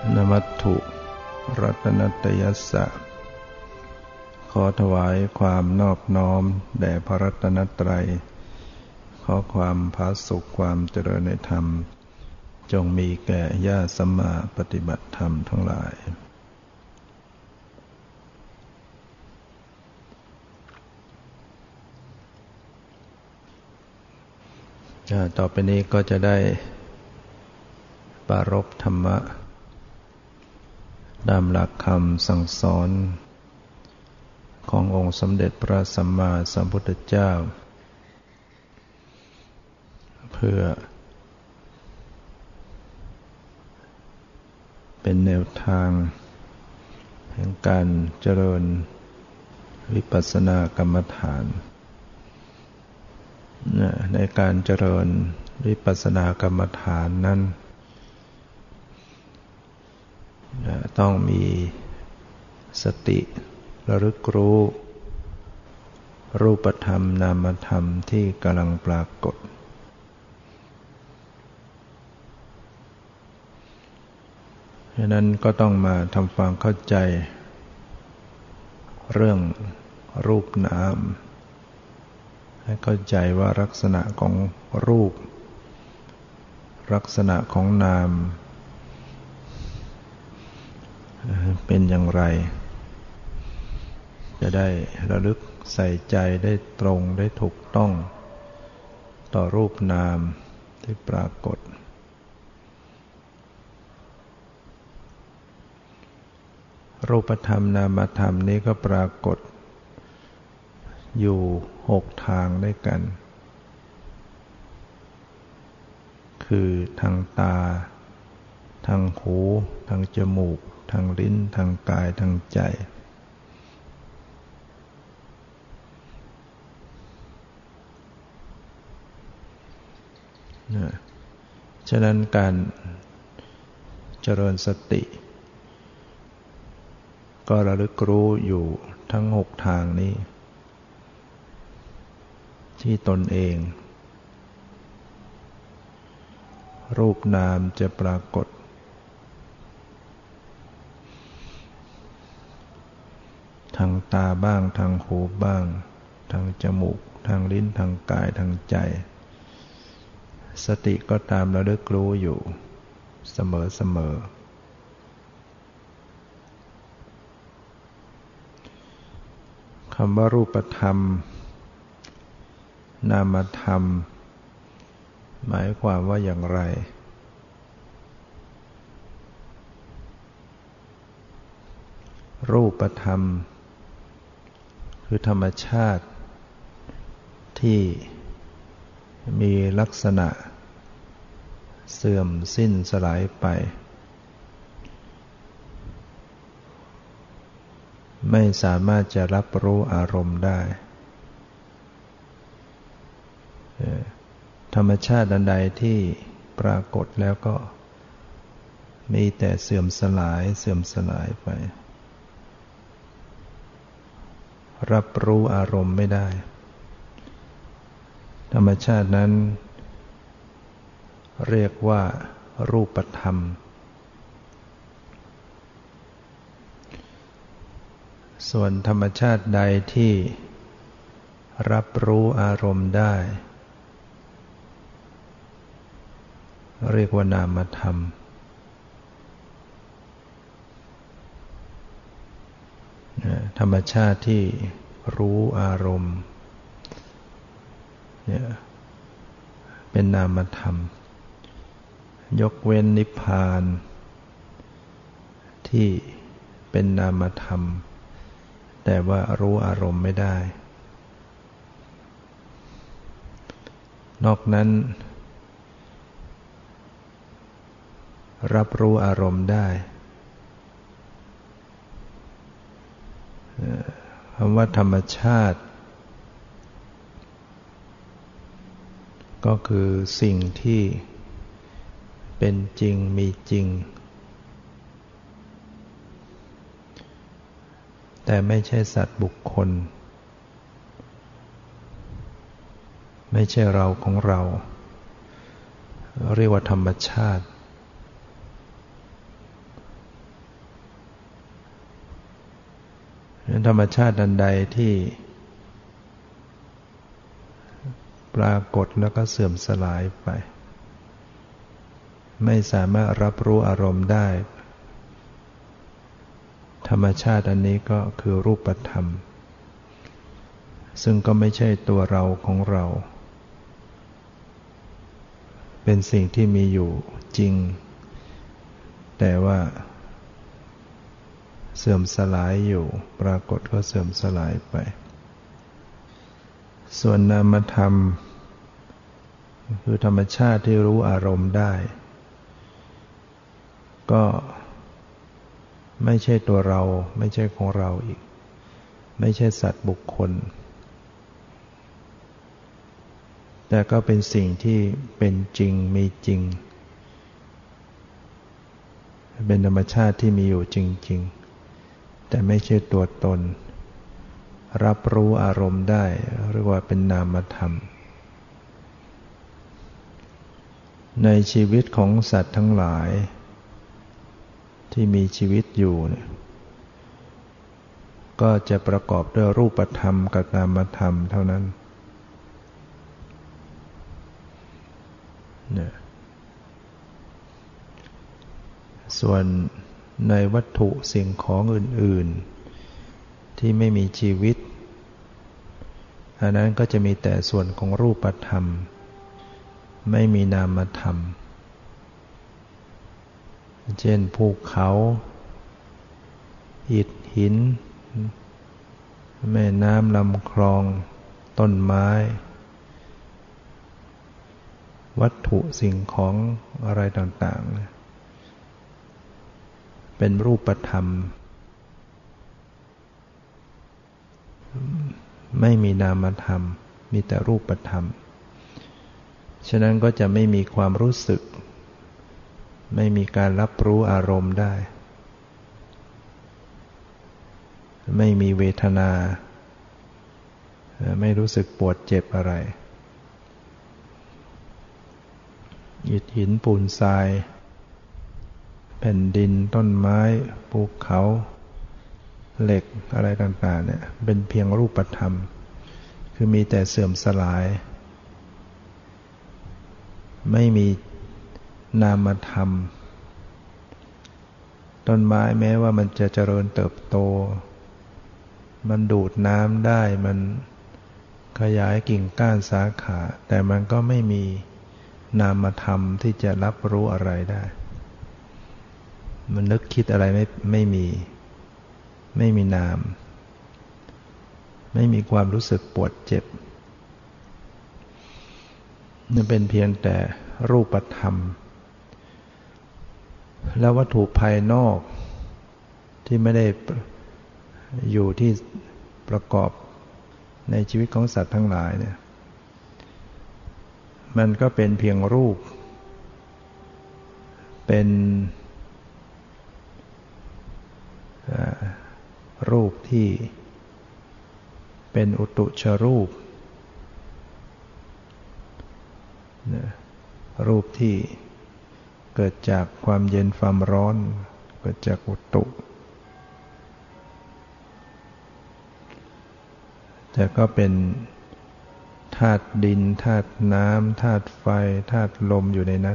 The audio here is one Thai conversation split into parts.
นมัตถุรัตนัตยัสสะขอถวายความนอบน้อมแด่พระรัตนตรัยขอความผาสุกความเจริญในธรรมจงมีแก่ญาติสัมมาปฏิบัติธรรมทั้งหลายต่อไปนี้ก็จะได้ปรารภธรรมะตามหลักคำสั่งสอนขององค์สมเด็จพระสัมมาสัมพุทธเจ้าเพื่อเป็นแนวทางแห่งการเจริญวิปัสสนากรรมฐานในการเจริญวิปัสสนากรรมฐานนั้นต้องมีสติระลึกรู้รูปธรรมนามธรรมที่กำลังปรากฏฉะนั้นก็ต้องมาทำความเข้าใจเรื่องรูปนามให้เข้าใจว่าลักษณะของรูปลักษณะของนามเป็นอย่างไรจะได้ระลึกใส่ใจได้ตรงได้ถูกต้องต่อรูปนามที่ปรากฏรูปธรรมนามธรรมนี้ก็ปรากฏอยู่6ทางด้วยกันคือทางตาทางหูทางจมูกทางลิ้นทางกายทางใจฉะนั้นการเจริญสติก็ระลึกรู้อยู่ทั้ง6ทางนี้ที่ตนเองรูปนามจะปรากฏทางตาบ้างทางหูบ้างทางจมูกทางลิ้นทางกายทางใจสติก็ตามระลึกรู้อยู่เสมอคำว่ารูปธรรมนามธรรมหมายความว่าอย่างไรรูปธรรมคือธรรมชาติที่มีลักษณะเสื่อมสิ้นสลายไปไม่สามารถจะรับรู้อารมณ์ได้ธรรมชาติอันใดที่ปรากฏแล้วก็มีแต่เสื่อมสลายไปรับรู้อารมณ์ไม่ได้ธรรมชาตินั้นเรียกว่ารูปธรรมส่วนธรรมชาติใดที่รับรู้อารมณ์ได้เรียกว่านามธรรมธรรมชาติที่รู้อารมณ์เป็นนามธรรมยกเว้นนิพพานที่เป็นนามธรรมแต่ว่ารู้อารมณ์ไม่ได้นอกนั้นรับรู้อารมณ์ได้คำว่าธรรมชาติก็คือสิ่งที่เป็นจริงมีจริงแต่ไม่ใช่สัตว์บุคคลไม่ใช่เราของเราเรียกว่าธรรมชาติธรรมชาติอันใดที่ปรากฏแล้วก็เสื่อมสลายไปไม่สามารถรับรู้อารมณ์ได้ธรรมชาติอันนี้ก็คือรูปธรรมซึ่งก็ไม่ใช่ตัวเราของเราเป็นสิ่งที่มีอยู่จริงแต่ว่าเสื่อมสลายอยู่ปรากฏก็เสื่อมสลายไปส่วนนามธรรมคือธรรมชาติที่รู้อารมณ์ได้ก็ไม่ใช่ตัวเราไม่ใช่ของเราอีกไม่ใช่สัตว์บุคคลแต่ก็เป็นสิ่งที่เป็นจริงมีจริงเป็นธรรมชาติที่มีอยู่จริงๆแต่ไม่ใช่ตัวตนรับรู้อารมณ์ได้เรียกว่าเป็นนามธรรมในชีวิตของสัตว์ทั้งหลายที่มีชีวิตอยู่เนี่ยก็จะประกอบด้วยรูปธรรมกับนามธรรมเท่านั้นเนี่ยส่วนในวัตถุสิ่งของอื่นๆที่ไม่มีชีวิตอันนั้นก็จะมีแต่ส่วนของรูปธรรมไม่มีนามธรรมเช่นภูเขาอิฐหินแม่น้ำลำคลองต้นไม้วัตถุสิ่งของอะไรต่างๆเป็นรูปธรรมไม่มีนามธรรมมีแต่รูปธรรมฉะนั้นก็จะไม่มีความรู้สึกไม่มีการรับรู้อารมณ์ได้ไม่มีเวทนาไม่รู้สึกปวดเจ็บอะไรอิฐหินปูนทรายแผ่นดินต้นไม้ภูเขาเหล็กอะไรต่างๆเนี่ยเป็นเพียงรูปธรรมคือมีแต่เสื่อมสลายไม่มีนามธรรมต้นไม้แม้ว่ามันจะเจริญเติบโตมันดูดน้ำได้มันขยายกิ่งก้านสาขาแต่มันก็ไม่มีนามธรรมที่จะรับรู้อะไรได้มันนึกคิดอะไรไม่มีนามไม่มีความรู้สึกปวดเจ็บนั่นเป็นเพียงแต่รูปธรรมแล้ววัตถุภายนอกที่ไม่ได้อยู่ที่ประกอบในชีวิตของสัตว์ทั้งหลายเนี่ยมันก็เป็นเพียงรูปเป็นรูปที่เป็นอุตุชรูปรูปที่เกิดจากความเย็นความร้อนเกิดจากอุตุแต่ก็เป็นธาตุดินธาตุน้ำธาตุไฟธาตุลมอยู่ในนั้น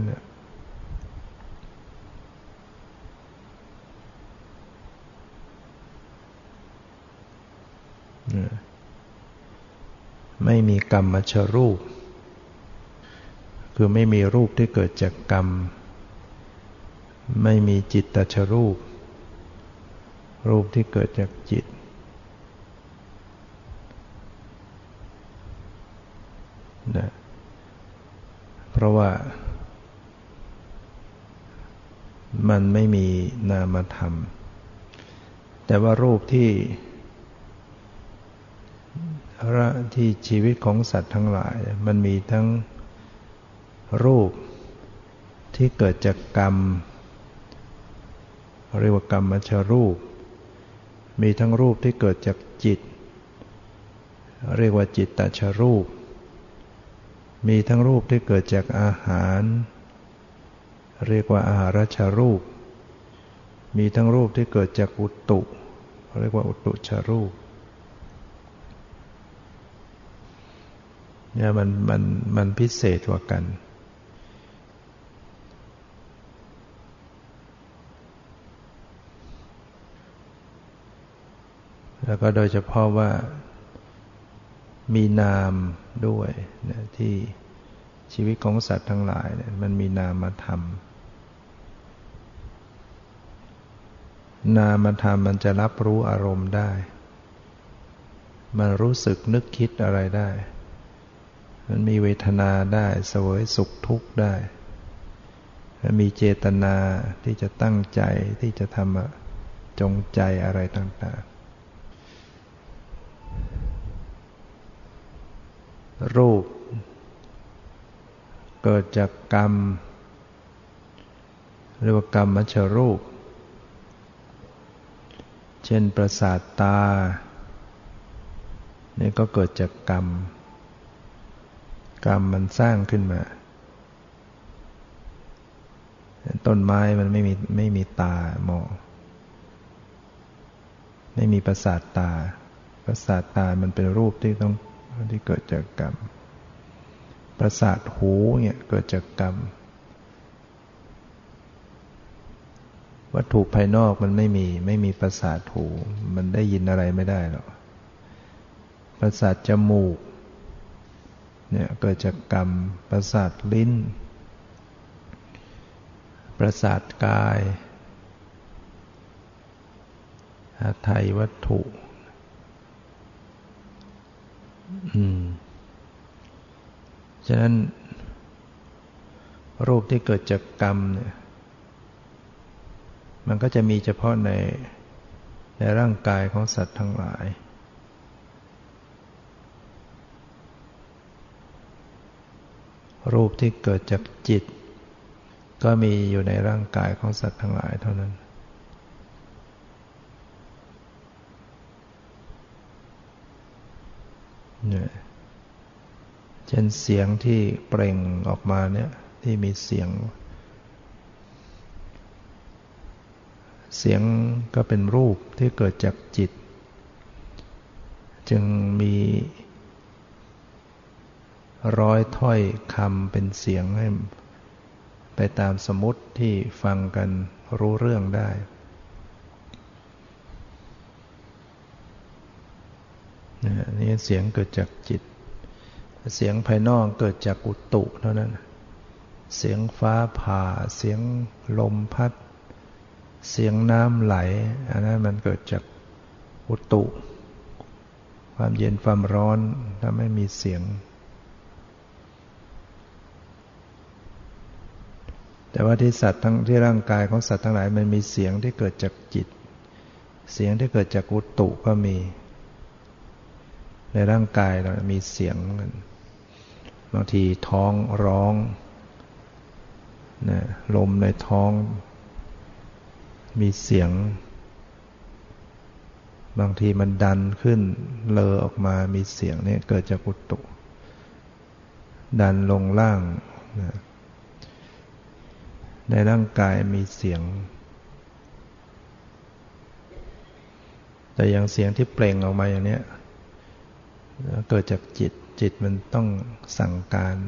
ไม่มีกรรมชรูปคือไม่มีรูปที่เกิดจากกรรมไม่มีจิตตชรูปรูปที่เกิดจากจิตนะเพราะว่ามันไม่มีนามธรรมแต่ว่ารูปที่ชีวิตของสัตว์ทั้งหลายมันมีทั้งรูปที่เกิดจากกรรมเรียกว่ากรรมชรูปมีทั้งรูปที่เกิดจากจิตเรียกว่าจิตตชรูปมีทั้งรูปที่เกิดจากอาหารเรียกว่าอาหารชรูปมีทั้งรูปที่เกิดจากอุตุเรียกว่าอุตุชรูปเนี่ยมันพิเศษกว่ากันแล้วก็โดยเฉพาะว่ามีนามด้วยนะที่ชีวิตของสัตว์ทั้งหลายเนี่ยมันมีนามธรรมนามธรรมมันจะรับรู้อารมณ์ได้มันรู้สึกนึกคิดอะไรได้มันมีเวทนาได้เสวยสุขทุกข์ได้มันมีเจตนาที่จะตั้งใจที่จะทำจงใจอะไรต่างๆรูปเกิดจากกรรมเรียกว่ากรรมมัชรูปเช่นประสาทตานี่ก็เกิดจากกรรมมันสร้างขึ้นมาต้นไม้มันไม่มีตามองไม่มีประสาทตามันเป็นรูปที่เกิดจากกรรมประสาทหูเนี่ยเกิดจากกรรมวัตถุภายนอกมันไม่มีประสาทหูมันได้ยินอะไรไม่ได้หรอกประสาทจมูกเนี่ยเกิดจากกรรมประสาทลิ้นประสาทกายหทัยวัตถุฉะนั้นรูปที่เกิดจากกรรมเนี่ยมันก็จะมีเฉพาะในร่างกายของสัตว์ทั้งหลายรูปที่เกิดจากจิตก็มีอยู่ในร่างกายของสัตว์ทั้งหลายเท่านั้นเนี่ยเช่นเสียงที่เปล่งออกมาเนี่ยที่มีเสียงก็เป็นรูปที่เกิดจากจิตจึงมีร้อยถ้อยคำเป็นเสียงให้ไปตามสมมุติที่ฟังกันรู้เรื่องได้นี่เสียงเกิดจากจิตเสียงภายนอกเกิดจากอุตุเท่านั้นเสียงฟ้าผ่าเสียงลมพัดเสียงน้ำไหลอันนั้นมันเกิดจากอุตุความเย็นความร้อนทำให้มีเสียงแต่ว่าที่สัตว์ทั้งที่ร่างกายของสัตว์ทั้งหลายมันมีเสียงที่เกิดจากจิตเสียงที่เกิดจากอุตุก็มีในร่างกายเรามีเสียงบางทีท้องร้องนะลมในท้องมีเสียงบางทีมันดันขึ้นเลอออกมามีเสียงเนี่ยเกิดจากอุตุดันลงล่างนะในร่างกายมีเสียงแต่อย่างเสียงที่เปล่งออกมาอย่างเนี้ยเกิดจากจิตมันต้องสั่งการ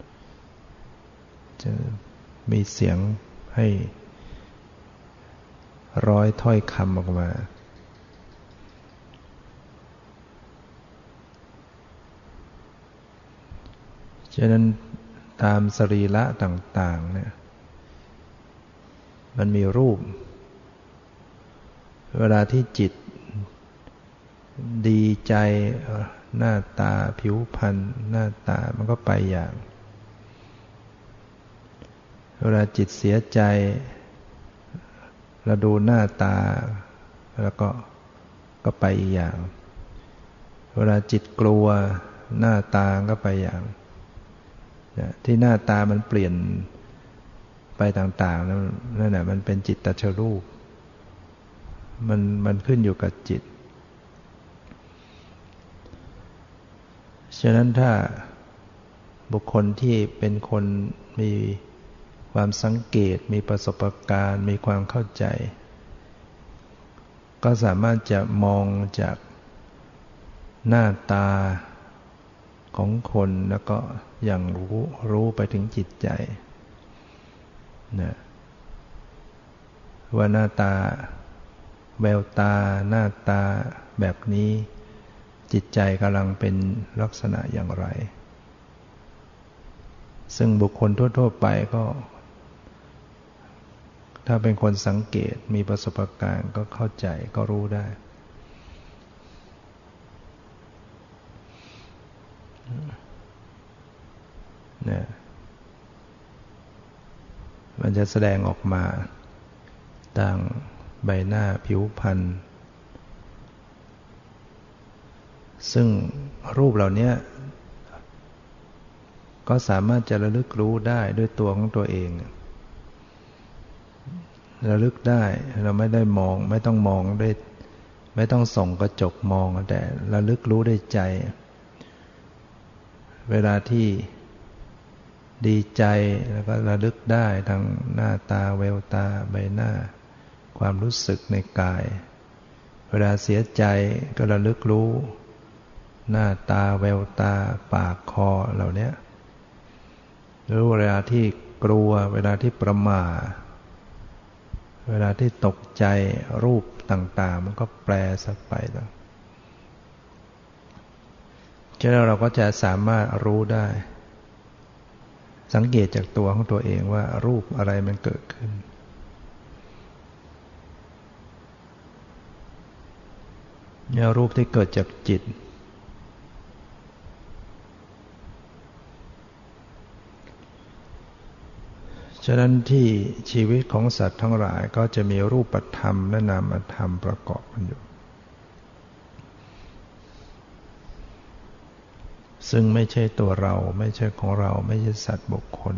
จะมีเสียงให้ร้อยถ้อยคำออกมาฉะนั้นตามสรีระต่างๆเนี่ยมันมีรูปเวลาที่จิตดีใจหน้าตาผิวพรรณหน้าตามันก็ไปอย่างเวลาจิตเสียใจเราดูหน้าตาแล้วก็ไปอีกอย่างเวลาจิตกลัวหน้าตาก็ไปอย่างที่หน้าตามันเปลี่ยนไปต่างๆนั่นแหละมันเป็นจิตตชรูปมันขึ้นอยู่กับจิตฉะนั้นถ้าบุคคลที่เป็นคนมีความสังเกตมีประสบการณ์มีความเข้าใจก็สามารถจะมองจากหน้าตาของคนแล้วก็อย่างรู้ไปถึงจิตใจนะว่าหน้าตาแววตาหน้าตาแบบนี้จิตใจกำลังเป็นลักษณะอย่างไรซึ่งบุคคลทั่วๆไปก็ถ้าเป็นคนสังเกตมีประสบการณ์ก็เข้าใจก็รู้ได้เนี่ยมันจะแสดงออกมาทางใบหน้าผิวพรรณซึ่งรูปเหล่านี้ก็สามารถจะระลึกรู้ได้ด้วยตัวของตัวเองระลึกได้เราไม่ได้มองไม่ต้องมองด้วยไม่ต้องส่องกระจกมองแต่ระลึกรู้ด้วยใจเวลาที่ดีใจแล้วก็ระลึกได้ทางหน้าตาแววตาใบหน้าความรู้สึกในกายเวลาเสียใจก็ระลึกรู้หน้าตาแววตาปากคอเหล่านี้หรือเวลาที่กลัวเวลาที่ประหม่าเวลาที่ตกใจรูปต่างๆมันก็แปลสักไปแล้วฉะนั้นเราก็จะสามารถรู้ได้สังเกตจากตัวของตัวเองว่ารูปอะไรมันเกิดขึ้นเนี่ยรูปที่เกิดจากจิตฉะนั้นที่ชีวิตของสัตว์ทั้งหลายก็จะมีรูปธรรมและนามธรรมประกอบกันอยู่ซึ่งไม่ใช่ตัวเราไม่ใช่ของเราไม่ใช่สัตว์บุคคล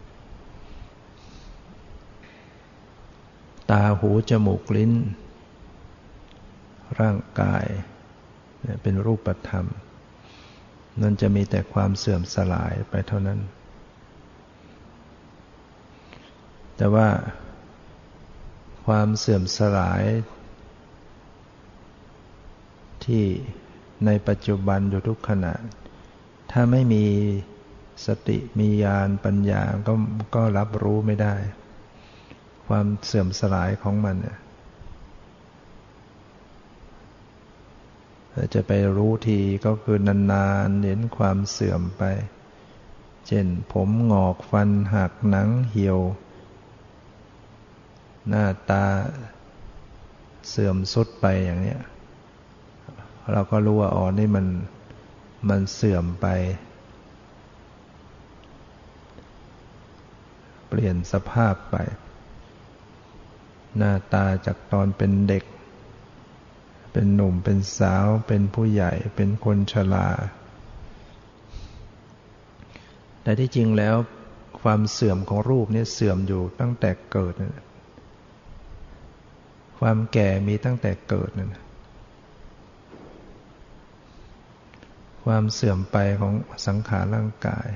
ตาหูจมูกลิ้นร่างกายเป็นรูปธรรมนั่นจะมีแต่ความเสื่อมสลายไปเท่านั้นแต่ว่าความเสื่อมสลายที่ในปัจจุบันอยู่ทุกขณะถ้าไม่มีสติมีญาณปัญญาก็รับรู้ไม่ได้ความเสื่อมสลายของมันจะไปรู้ทีก็คือนานๆเห็นความเสื่อมไปเช่นผมงอกฟันหักหนังเหี่ยวหน้าตาเสื่อมทรุดไปอย่างนี้เราก็รู้ว่าอ๋อนี่มันเสื่อมไปเปลี่ยนสภาพไปหน้าตาจากตอนเป็นเด็กเป็นหนุ่มเป็นสาวเป็นผู้ใหญ่เป็นคนชราแต่ที่จริงแล้วความเสื่อมของรูปนี่เสื่อมอยู่ตั้งแต่เกิดความแก่มีตั้งแต่เกิดความเสื่อมไปของสังขารร่างกาย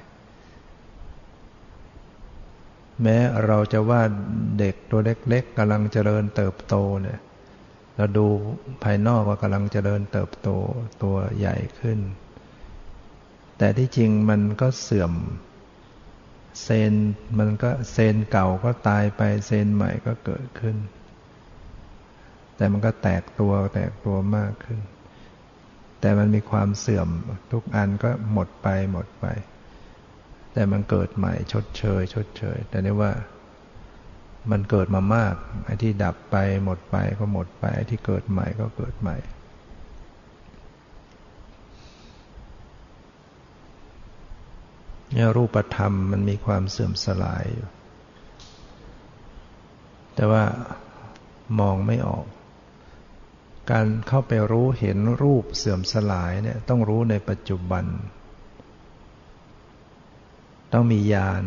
แม้เราจะว่าเด็กตัวเล็กๆกำลังเจริญเติบโตเนี่ยเราดูภายนอกว่ากำลังเจริญเติบโตตัวใหญ่ขึ้นแต่ที่จริงมันก็เสื่อมเซลล์มันก็เซลล์เก่าก็ตายไปเซลล์ใหม่ก็เกิดขึ้นแต่มันก็แตกตัวมากขึ้นแต่มันมีความเสื่อมทุกอันก็หมดไปแต่มันเกิดใหม่ชดเชยแต่นี่ว่ามันเกิดมามากไอ้ที่ดับไปหมดไปก็หมดไปไอ้ที่เกิดใหม่ก็เกิดใหม่เนี่ยรูปธรรมมันมีความเสื่อมสลายอยู่แต่ว่ามองไม่ออกการเข้าไปรู้เห็นรูปเสื่อมสลายเนี่ยต้องรู้ในปัจจุบันต้องมีญา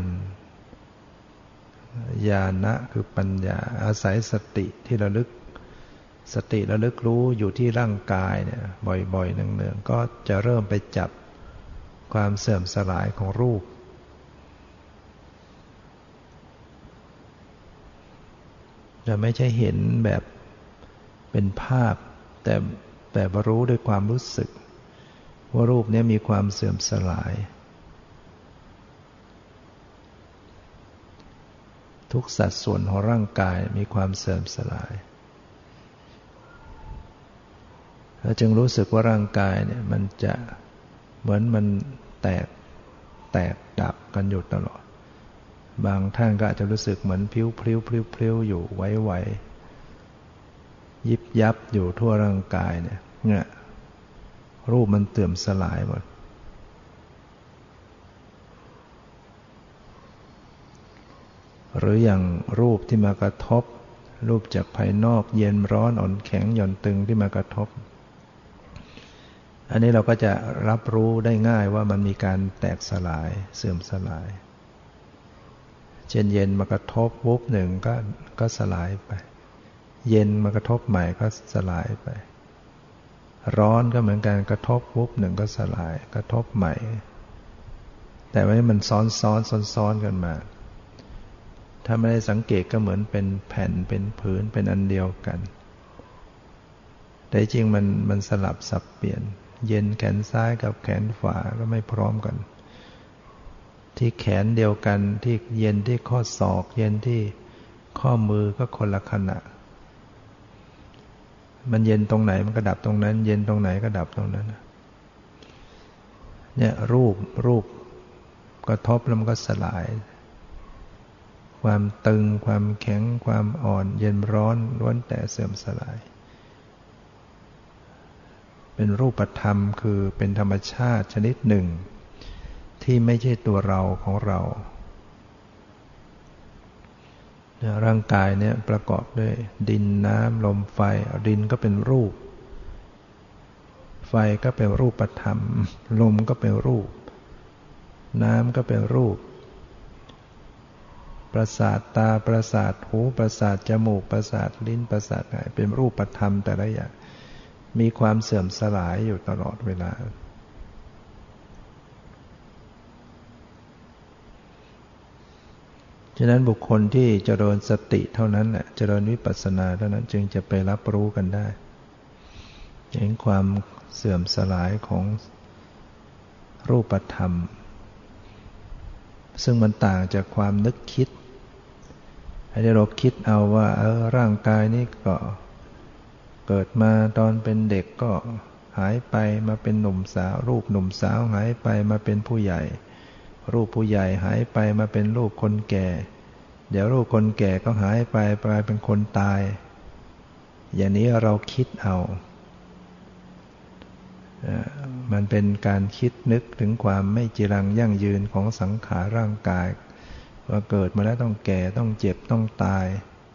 ณะคือปัญญาอาศัยสติที่ระลึกรู้อยู่ที่ร่างกายเนี่ยบ่อยๆเนืองๆก็จะเริ่มไปจับความเสื่อมสลายของรูปจะไม่ใช่เห็นแบบเป็นภาพแต่รู้ด้วยความรู้สึกว่ารูปนี้มีความเสื่อมสลายทุกสัดส่วนของร่างกายมีความเสื่อมสลายเราจึงรู้สึกว่าร่างกายเนี่ยมันจะเหมือนมันแตกดับกันอยู่ตลอดบางท่านก็อาจจะรู้สึกเหมือนพลิ้วอยู่ไหวยิบยับอยู่ทั่วร่างกายเนี่ยรูปมันเสื่อมสลายหมดหรืออย่างรูปที่มากระทบรูปจากภายนอกเย็นร้อนอ่อนแข็งหย่อนตึงที่มากระทบอันนี้เราก็จะรับรู้ได้ง่ายว่ามันมีการแตกสลายเสื่อมสลายเช่นเย็นมากระทบวุบหนึ่งก็สลายไปเย็นมากระทบใหม่ก็สลายไปร้อนก็เหมือนกันกระทบวุบหนึ่งก็สลายกระทบใหม่แต่ว่ามันซ้อนกันมาถ้าไม่ได้สังเกตก็เหมือนเป็นแผ่นเป็นผืนเป็นอันเดียวกันแต่จริงมันสลับสับเปลี่ยนเย็นแขนซ้ายกับแขนขวาก็ไม่พร้อมกันที่แขนเดียวกันที่เย็นที่ข้อศอกเย็นที่ข้อมือก็คนละขณะมันเย็นตรงไหนมันก็ดับตรงนั้นเย็นตรงไหนก็ดับตรงนั้นเนี่ยรูปกระทบแล้วมันก็สลายความตึงความแข็งความอ่อนเย็นร้อนล้วนแต่เสื่อมสลายเป็นรูปธรรมคือเป็นธรรมชาติชนิดหนึ่งที่ไม่ใช่ตัวเราของเราร่างกายเนี่ยประกอบด้วยดินน้ำลมไฟดินก็เป็นรูปไฟก็เป็นรูปธรรมลมก็เป็นรูปน้ำก็เป็นรูปประสาทตาประสาทหูประสาทจมูกประสาทลิ้นประสาทกายเป็นรูปธรรมแต่ละอย่างมีความเสื่อมสลายอยู่ตลอดเวลาฉะนั้นบุคคลที่เจริญสติเท่านั้นแหละเจริญวิปัสสนาเท่านั้นจึงจะไปรับรู้กันได้เห็นความเสื่อมสลายของรูปธรรมซึ่งมันต่างจากความนึกคิดให้เราคิดเอาว่าร่างกายนี้ก็เกิดมาตอนเป็นเด็กก็หายไปมาเป็นหนุ่มสาวรูปหนุ่มสาวหายไปมาเป็นผู้ใหญ่รูปผู้ใหญ่หายไปมาเป็นรูปคนแก่เดี๋ยวรูปคนแก่ก็หายไปกลายเป็นคนตายอย่างนี้เราคิดเอามันเป็นการคิดนึกถึงความไม่จีรังยั่งยืนของสังขารร่างกายว่าเกิดมาแล้วต้องแก่ต้องเจ็บต้องตาย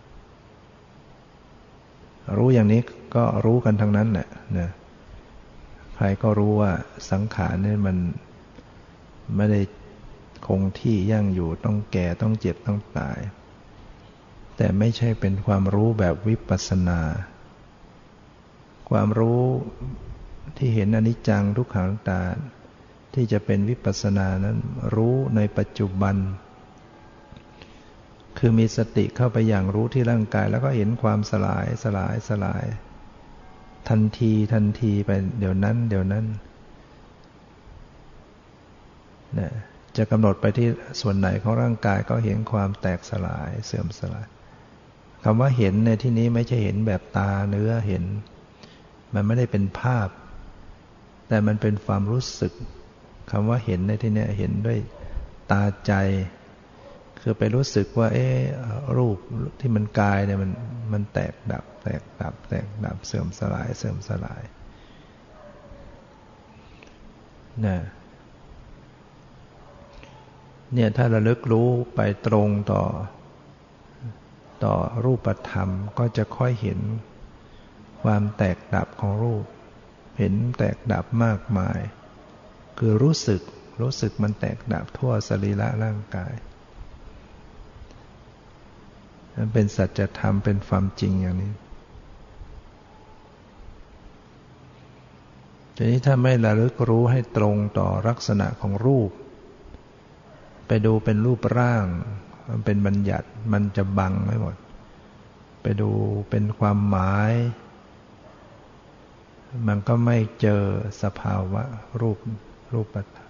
รู้อย่างนี้ก็รู้กันทั้งนั้นแหละนะใครก็รู้ว่าสังขารนี่มันไม่ได้คงที่ยั่งอยู่ต้องแก่ต้องเจ็บต้องตายแต่ไม่ใช่เป็นความรู้แบบวิปัสสนาความรู้ที่เห็นอนิจจังทุกขังอนัตตาที่จะเป็นวิปัสสนานั้นรู้ในปัจจุบันคือมีสติเข้าไปอย่างรู้ที่ร่างกายแล้วก็เห็นความสลายทันทีไปเดี๋ยวนั้นนะจะกำหนดไปที่ส่วนไหนของร่างกายก็เห็นความแตกสลายเสื่อมสลายคำว่าเห็นในที่นี้ไม่ใช่เห็นแบบตาเนื้อเห็นมันไม่ได้เป็นภาพแต่มันเป็นความรู้สึกคำว่าเห็นในที่นี้เห็นด้วยตาใจคือไปรู้สึกว่ารูปที่มันกายเนี่ยมันแตกดับเสื่อมสลายเนี่ยถ้าระลึกรู้ไปตรงต่อรูปธรรมก็จะค่อยเห็นความแตกดับของรูปเห็นแตกดับมากมายคือรู้สึกมันแตกดับทั่วสรีระร่างกายมันเป็นสัจธรรมเป็นความจริงอย่างนี้ทีนี้ถ้าไม่ระลึกรู้ให้ตรงต่อลักษณะของรูปไปดูเป็นรูปร่างมันเป็นบัญญัติมันจะบังไว้หมดไปดูเป็นความหมายมันก็ไม่เจอสภาวะรูปธรรม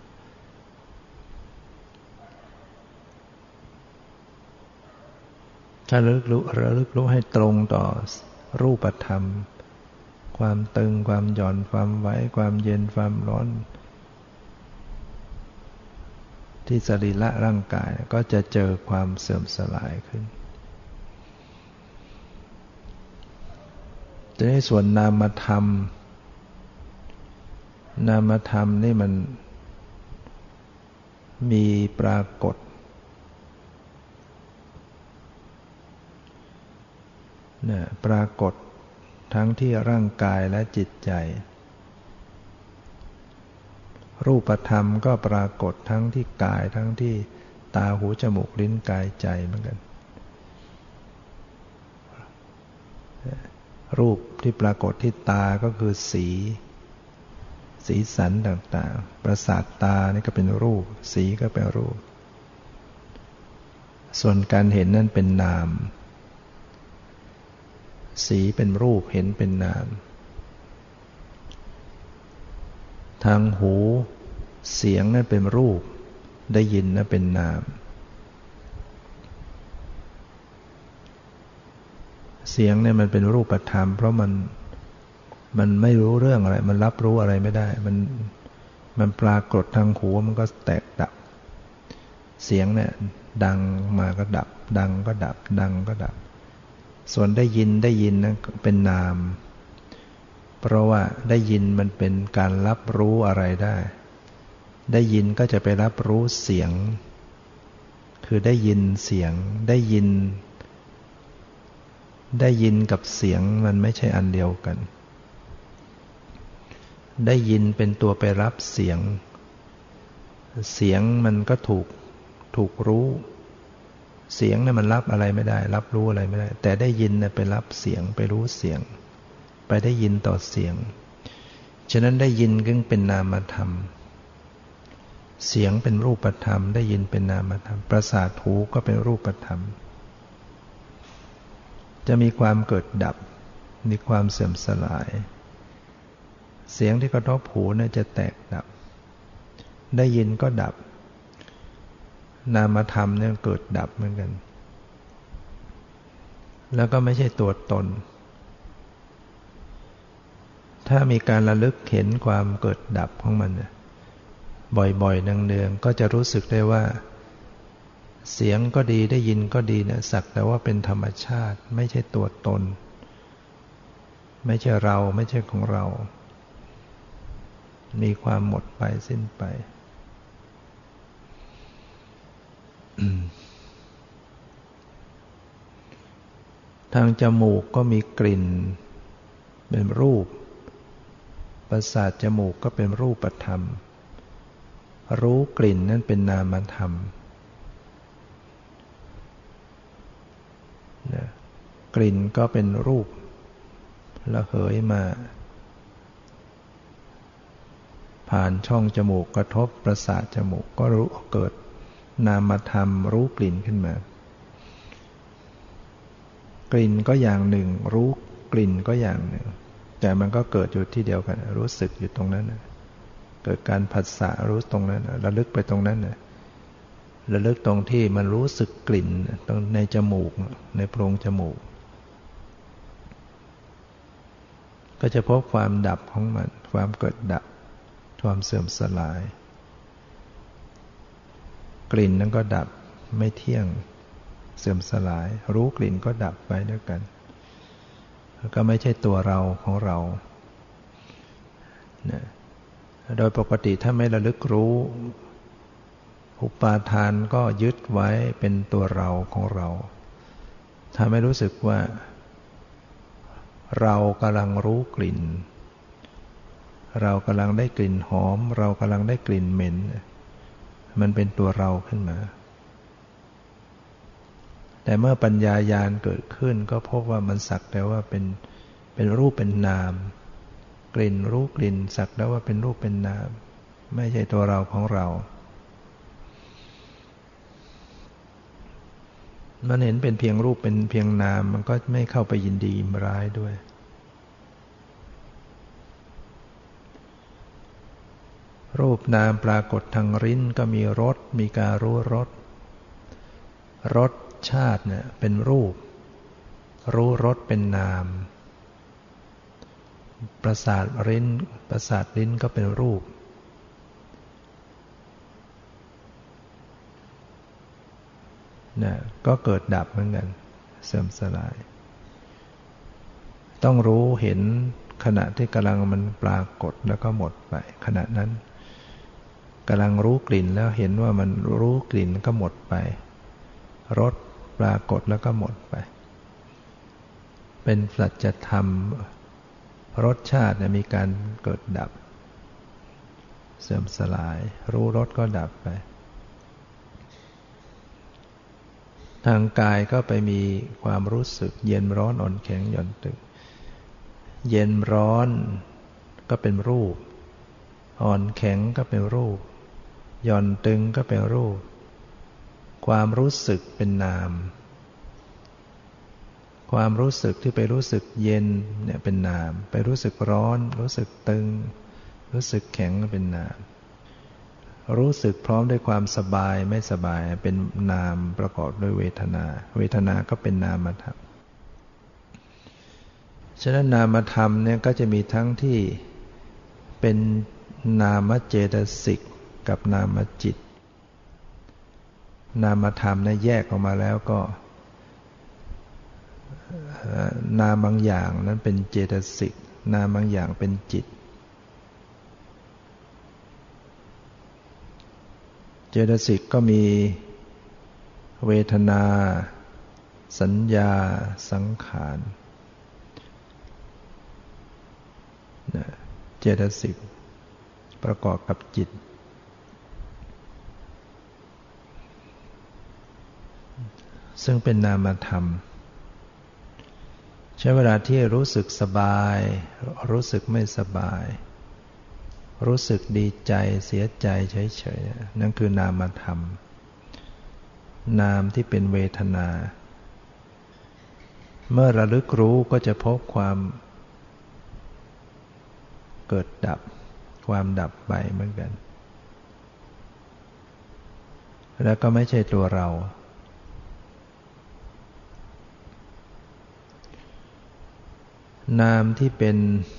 ถ้าระลึกรู้ให้ตรงต่อรูปธรรมความตึงความหย่อนความไหวความเย็นความร้อนที่สรีระร่างกายก็จะเจอความเสื่อมสลายขึ้นทีนี้ส่วนนามธรรมนี่มันมีปรากฏเนี่ยปรากฏทั้งที่ร่างกายและจิตใจรูปธรรมก็ปรากฏทั้งที่กายทั้งที่ตาหูจมูกลิ้นกายใจเหมือนกันรูปที่ปรากฏที่ตาก็คือสีสันต่างๆประสาทตานี่ก็เป็นรูปสีก็เป็นรูปส่วนการเห็นนั่นเป็นนามสีเป็นรูปเห็นเป็นนามทางหูเสียงนั่นเป็นรูปได้ยินนั่นเป็นนามเสียงเนี่ยมันเป็นรูปธรรมเพราะมันไม่รู้เรื่องอะไรมันรับรู้อะไรไม่ได้มันปรากฏทางหูมันก็แตกดับเสียงเนี่ยดังมาก็ดับดังก็ดับดังก็ดับส่วนได้ยินนะเป็นนามเพราะว่าได้ยินมันเป็นการรับรู้อะไรได้ยินก็จะไปรับรู้เสียงคือได้ยินเสียงได้ยินกับเสียงมันไม่ใช่อันเดียวกันได้ยินเป็นตัวไปรับเสียงมันก็ถูกรู้เสียงเนี่ยมันรับอะไรไม่ได้รับรู้อะไรไม่ได้แต่ได้ยินเนี่ยไปรับเสียงไปรู้เสียงไปได้ยินต่อเสียงฉะนั้นได้ยินก็เป็นนามธรรมเสียงเป็นรูปธรรมได้ยินเป็นนามธรรมประสาทหูก็เป็นรูปธรรมจะมีความเกิดดับมีความเสื่อมสลายเสียงที่กระทบหูเนี่ยจะแตกดับได้ยินก็ดับนามธรรมเนี่ยเกิดดับเหมือนกันแล้วก็ไม่ใช่ตัวตนถ้ามีการระลึกเห็นความเกิดดับของมันบ่อยๆเนืองๆก็จะรู้สึกได้ว่าเสียงก็ดีได้ยินก็ดีเนี่ยสักแต่ว่าเป็นธรรมชาติไม่ใช่ตัวตนไม่ใช่เราไม่ใช่ของเรามีความหมดไปสิ้นไปทางจมูกก็มีกลิ่นเป็นรูปประสาทจมูกก็เป็นรูปธรรมรู้กลิ่นนั่นเป็นนามธรรมกลิ่นก็เป็นรูประเหยมาผ่านช่องจมูกกระทบประสาทจมูกก็รู้เกิดนามธรรมรู้กลิ่นขึ้นมากลิ่นก็อย่างหนึ่งรู้กลิ่นก็อย่างหนึ่งแต่มันก็เกิดอยู่ที่เดียวกันรู้สึกอยู่ตรงนั้นเกิดการผัสสะรู้ตรงนั้นระลึกไปตรงนั้นระลึกตรงที่มันรู้สึกกลิ่นตรงในจมูกในโพรงจมูกก็จะพบความดับของมันความเกิดดับความเสื่อมสลายกลิ่นนั้นก็ดับไม่เที่ยงเสื่อมสลายรู้กลิ่นก็ดับไปด้วยกันแล้วก็ไม่ใช่ตัวเราของเราโดยปกติถ้าไม่ระลึกรู้อุปาทานก็ยึดไว้เป็นตัวเราของเราถ้าไม่รู้สึกว่าเรากำลังรู้กลิ่นเรากำลังได้กลิ่นหอมเรากำลังได้กลิ่นเหม็นมันเป็นตัวเราขึ้นมาแต่เมื่อปัญญาญาณเกิดขึ้นก็พบว่ามันสักแต่ว่าเป็นรูปเป็นนามกลิ่นรู้กลิ่นสักแต่ว่าเป็นรูปเป็นนามไม่ใช่ตัวเราของเรามันเห็นเป็นเพียงรูปเป็นเพียงนามมันก็ไม่เข้าไปยินดียินร้ายด้วยรูปนามปรากฏทางลิ้นก็มีรสมีการรู้รสรสชาติเนี่ยเป็นรูปรู้รสเป็นนามประสาทลิ้นก็เป็นรูปนะก็เกิดดับเหมือนกันเสื่อมสลายต้องรู้เห็นขณะที่กำลังมันปรากฏแล้วก็หมดไปขณะนั้นกำลังรู้กลิ่นแล้วเห็นว่ามันรู้กลิ่นก็หมดไปรสปรากฏแล้วก็หมดไปเป็นสัจธรรมรสชาติมีการเกิดดับเสื่อมสลายรู้รสก็ดับไปทางกายก็ไปมีความรู้สึกเย็นร้อนอ่อนแข็งหย่อนตึงเย็นร้อนก็เป็นรูปอ่อนแข็งก็เป็นรูปหย่อนตึงก็เป็นรูปความรู้สึกเป็นนามความรู้สึกที่ไปรู้สึกเย็นเนี่ยเป็นนามไปรู้สึกร้อนรู้สึกตึงรู้สึกแข็งเป็นนามรู้สึกพร้อมด้วยความสบายไม่สบายเป็นนามประกอบด้วยเวทนาเวทนาก็เป็นนามธรรมฉะนั้นนามธรรมเนี่ยก็จะมีทั้งที่เป็นนามเจตสิกกับนามจิตนามธรรมเนี่ยแยกออกมาแล้วก็นามบางอย่างนั้นเป็นเจตสิกนามบางอย่างเป็นจิตเจตสิกก็มีเวทนาสัญญาสังขารเจตสิกประกอบกับจิตซึ่งเป็นนามธรรมใช้เวลาที่รู้สึกสบายรู้สึกไม่สบายรู้สึกดีใจเสียใจเฉยๆนั่นคือนามธรรมนามที่เป็นเวทนาเมื่อระลึกรู้ก็จะพบความเกิดดับความดับไปเหมือนกันแล้วก็ไม่ใช่ตัวเรานามที่เป็น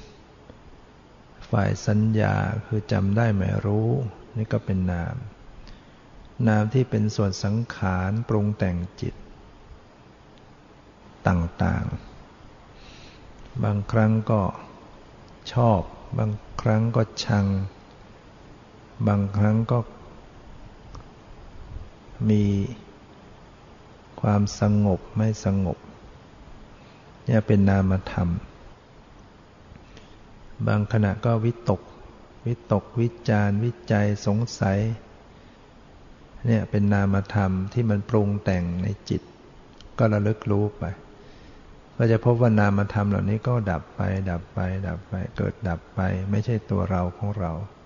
ฝ่ายสัญญาคือจำได้หมายรู้นี่ก็เป็นนามนามที่เป็นส่วนสังขารปรุงแต่งจิตต่างๆบางครั้งก็ชอบบางครั้งก็ชังบางครั้งก็มีความสงบไม่สงบเนี่ยเป็นนามธรรมบางขณะก็วิตกวิจารวิจัยสงสัยเนี่ยเป็นนามธรรมที่มันปรุงแต่งในจิตก็ระลึกรู้ไปก็จะพบว่านามธรรมเหล่านี้ก็ดับไปดับไปดับไปเกิดดับไปไม่ใช่ตัวเราของเรา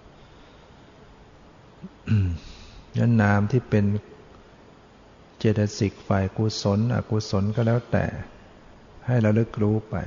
นั้นนามที่เป็นเจตสิกฝ่ายกุศลอกุศลก็แล้วแต่ให้ระลึกรู้ไป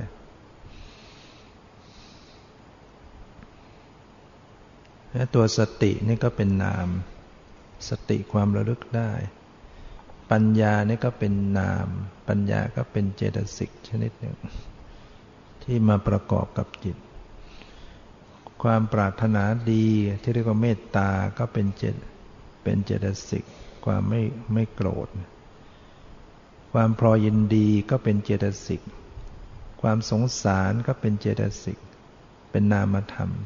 และตัวสตินี่ก็เป็นนามสติความระลึกได้ปัญญานี่ก็เป็นนามปัญญาก็เป็นเจตสิกชนิดหนึ่งที่มาประกอบกับจิตความปรารถนาดีที่เรียกว่าเมตตาก็เป็นเจตสิกความไม่โกรธความพอยินดีก็เป็นเจตสิกความสงสารก็เป็นเจตสิกเป็นนามธรรม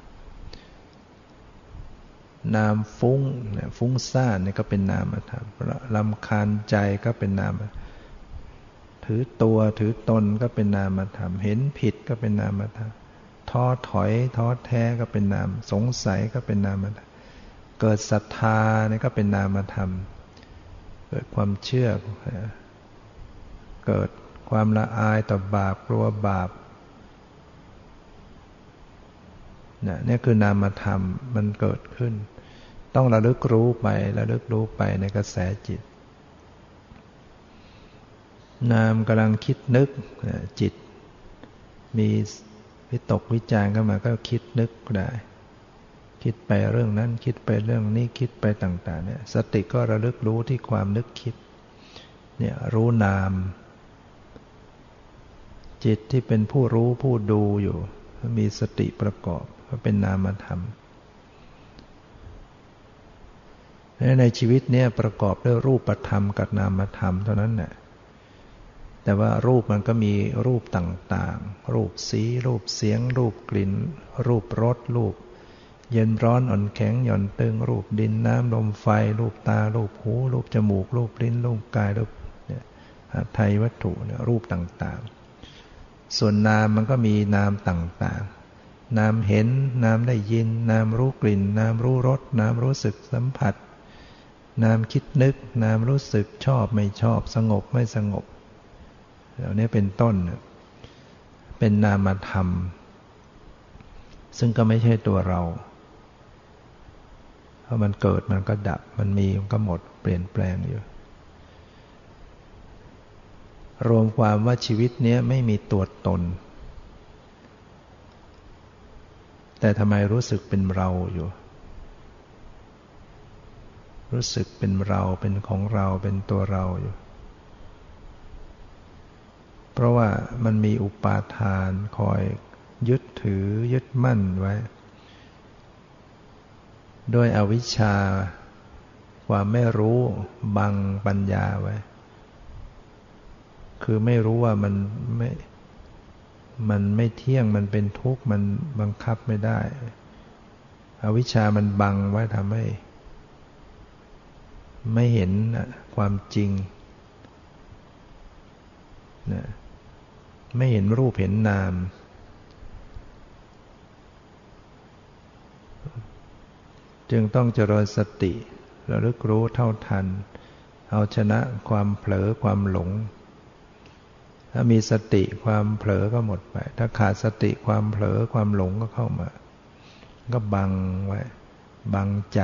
นามฟุ้งซ่านนี่ก็เป็นนามธรรมรำคาญใจก็เป็นนามถือตัวถือตนก็เป็นนามธรรมเห็นผิดก็เป็นนามธรรมท้อถอยท้อแท้ก็เป็นนามสงสัยก็เป็นนามธรรมเกิดศรัทธานี่ก็เป็นนามธรรมเกิดความเชื่อเกิดความละอายต่อบาปกลัวบาปนี่คือนามธรรมมันเกิดขึ้นต้องระลึกรู้ไปในกระแสจิตนามกำลังคิดนึกจิตมีวิตกวิจารเข้ามาก็คิดนึกได้คิดไปเรื่องนั้นคิดไปเรื่องนี้คิดไปต่างๆเนี่ยสติก็ระลึกรู้ที่ความนึกคิดเนี่ยรู้นามจิตที่เป็นผู้รู้ผู้ดูอยู่มีสติประกอบก็เป็นนามธรรมในชีวิตเนี่ยประกอบด้วยรูปธรรมกับนามธรรมเท่านั้นแหละแต่ว่ารูปมันก็มีรูปต่างๆรูปสีรูปเสียงรูปกลิ่นรูปรสรูปเย็นร้อนอ่อนแข็งหย่อนตึงรูปดินน้ำลมไฟรูปตารูปหูรูปจมูกรูปลิ้นรูปกายรูปไทยวัตถุเนี่ยรูปต่างๆส่วนนามมันก็มีนามต่างๆนามเห็นนามได้ยินนามรู้กลิ่นนามรู้รสนามรู้สึกสัมผัสนามคิดนึกนามรู้สึกชอบไม่ชอบสงบไม่สงบเหล่านี้เป็นต้นเป็นนามธรรมซึ่งก็ไม่ใช่ตัวเราเพราะมันเกิดมันก็ดับมันมีมันก็หมดเปลี่ยนแปลงอยู่รวมความว่าชีวิตนี้ไม่มีตัวตนแต่ทำไมรู้สึกเป็นเราอยู่รู้สึกเป็นเราเป็นของเราเป็นตัวเราอยู่เพราะว่ามันมีอุปาทานคอยยึดถือยึดมั่นไว้ด้วยอวิชชาความไม่รู้บังปัญญาไว้คือไม่รู้ว่ามันไม่เที่ยงมันเป็นทุกข์มันบังคับไม่ได้อวิชชามันบังไว้ทำให้ไม่เห็นความจริงนะไม่เห็นรูปเห็นนามจึงต้องเจริญสติระลึกรู้เท่าทันเอาชนะความเผลอความหลงถ้ามีสติความเผลอก็หมดไปถ้าขาดสติความเผลอความหลงก็เข้ามาก็บังไว้บังใจ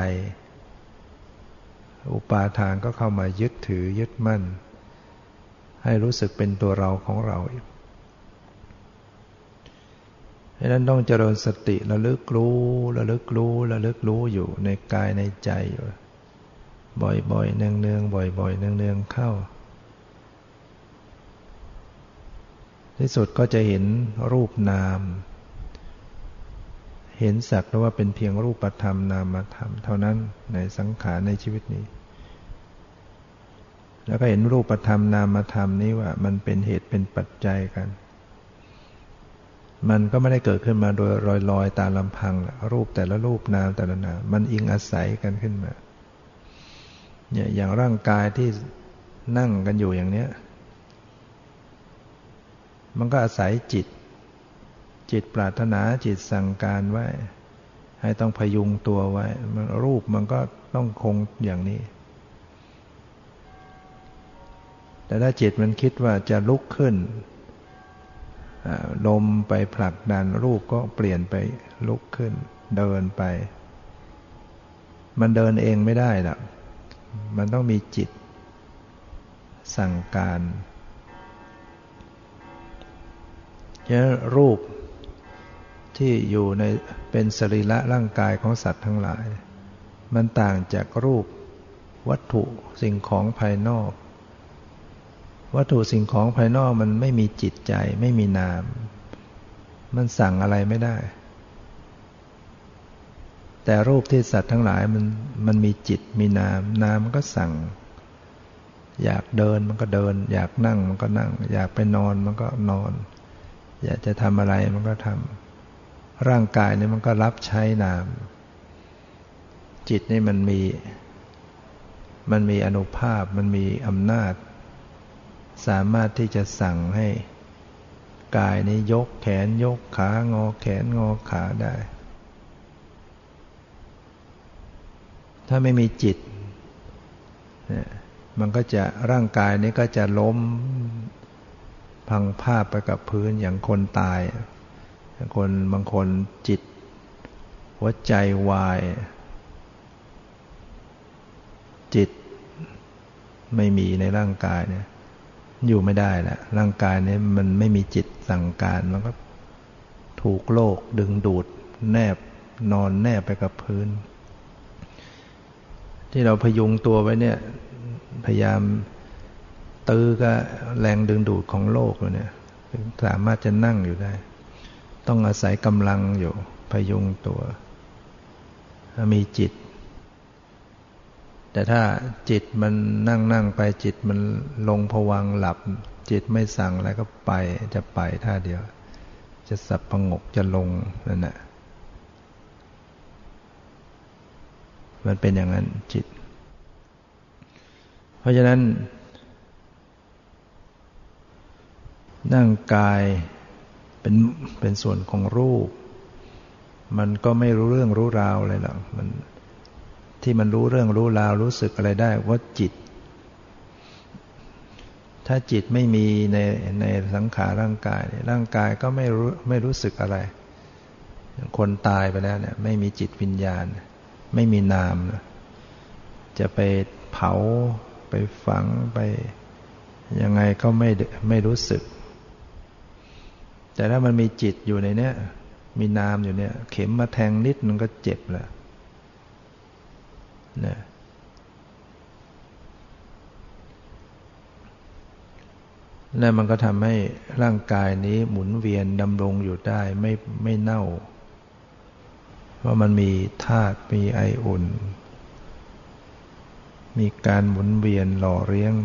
อุปาทานก็เข้ามายึดถือยึดมั่นให้รู้สึกเป็นตัวเราของเราดังนั้นต้องเจริญสติระลึกรู้ระลึกรู้ระลึกรู้อยู่ในกายในใจอยู่บ่อยๆเนืองๆบ่อยๆเนืองๆเข้าที่สุดก็จะเห็นรูปนามเห็นสักแต่ว่าเป็นเพียงรูปธรรมนามธรรมเท่านั้นในสังขารในชีวิตนี้แล้วก็เห็นรูปธรรมนามธรรมนี้ว่ามันเป็นเหตุเป็นปัจจัยกันมันก็ไม่ได้เกิดขึ้นมาโดยลอยๆตามลำพังรูปแต่ละรูปนามแต่ละนามมันอิงอาศัยกันขึ้นมาเนี่ยอย่างร่างกายที่นั่งกันอยู่อย่างเนี้ยมันก็อาศัยจิตปรารถนาจิตสั่งการไว้ให้ต้องพยุงตัวไว้รูปมันก็ต้องคงอย่างนี้แต่ถ้าจิตมันคิดว่าจะลุกขึ้นลมไปผลักดันรูปก็เปลี่ยนไปลุกขึ้นเดินไปมันเดินเองไม่ได้หรอกมันต้องมีจิตสั่งการฉะนั้นรูปที่อยู่ในเป็นสรีระร่างกายของสัตว์ทั้งหลายมันต่างจากรูปวัตถุสิ่งของภายนอกวัตถุสิ่งของภายนอกมันไม่มีจิตใจไม่มีนามมันสั่งอะไรไม่ได้แต่รูปที่สัตว์ทั้งหลายมันมีจิตมีนามมันก็สั่งอยากเดินมันก็เดินอยากนั่งมันก็นั่งอยากไปนอนมันก็นอนอยากจะทำอะไรมันก็ทำร่างกายนี่มันก็รับใช้นามจิตนี่มันมีอานุภาพมันมีอำนาจสามารถที่จะสั่งให้กายนี้ยกแขนยกขางอแขนงอขาได้ถ้าไม่มีจิตมันก็จะร่างกายนี้ก็จะล้มพังภาพไปกับพื้นอย่างคนตายบางคนจิตหัวใจวายจิตไม่มีในร่างกายเนี่ยอยู่ไม่ได้แล้วร่างกายนี้มันไม่มีจิตสั่งการมันก็ถูกโลกดึงดูดแนบนอนแนบไปกับพื้นที่เราพยุงตัวไว้เนี่ยพยายามตื้อก็แรงดึงดูดของโลกเนี่ยสามารถจะนั่งอยู่ได้ต้องอาศัยกำลังอยู่พยุงตัวมีจิตแต่ถ้าจิตมันนั่งไปจิตมันลงภวังค์หลับจิตไม่สั่งอะไรก็ไปจะไปท่าเดียวจะสับประงกจะลงนั่นแหละมันเป็นอย่างนั้นจิตเพราะฉะนั้นนั่งกายเป็นส่วนของรูปมันก็ไม่รู้เรื่องรู้ราวอะไรหรอกมันที่มันรู้เรื่องรู้ราวรู้สึกอะไรได้ว่าจิตถ้าจิตไม่มีในสังขารร่างกายร่างกายก็ไม่รู้สึกอะไรคนตายไปแล้วเนี่ยไม่มีจิตวิญญาณไม่มีนามจะไปเผาไปฝังไปยังไงก็ไม่รู้สึกแต่ถ้ามันมีจิตอยู่ในเนี้ยมีนามอยู่เนี่ยเข็มมาแทงนิดมันก็เจ็บแล้วนะนั่นมันก็ทำให้ร่างกายนี้หมุนเวียนดำรงอยู่ได้ไม่เน่าเพราะมันมีธาตุมีไออุ่นมีการหมุนเวียนหล่อเลี้ยง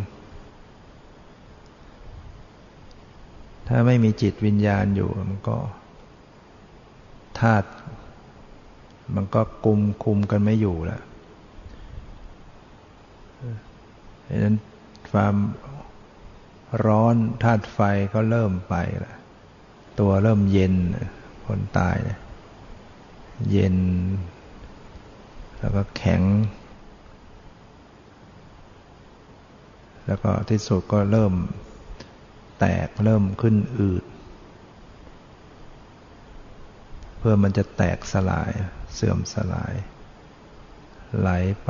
ถ้าไม่มีจิตวิญญาณอยู่มันก็ธาตุมันก็คุมกันไม่อยู่แล้วเพราะฉะนั้นความร้อนธาตุไฟก็เริ่มไปแล้วตัวเริ่มเย็นคนตายเนี่ยเย็นแล้วก็แข็งแล้วก็ที่สุดก็เริ่มแตกเริ่มขึ้นอืดเพื่อมันจะแตกสลายเสื่อมสลายไหลไป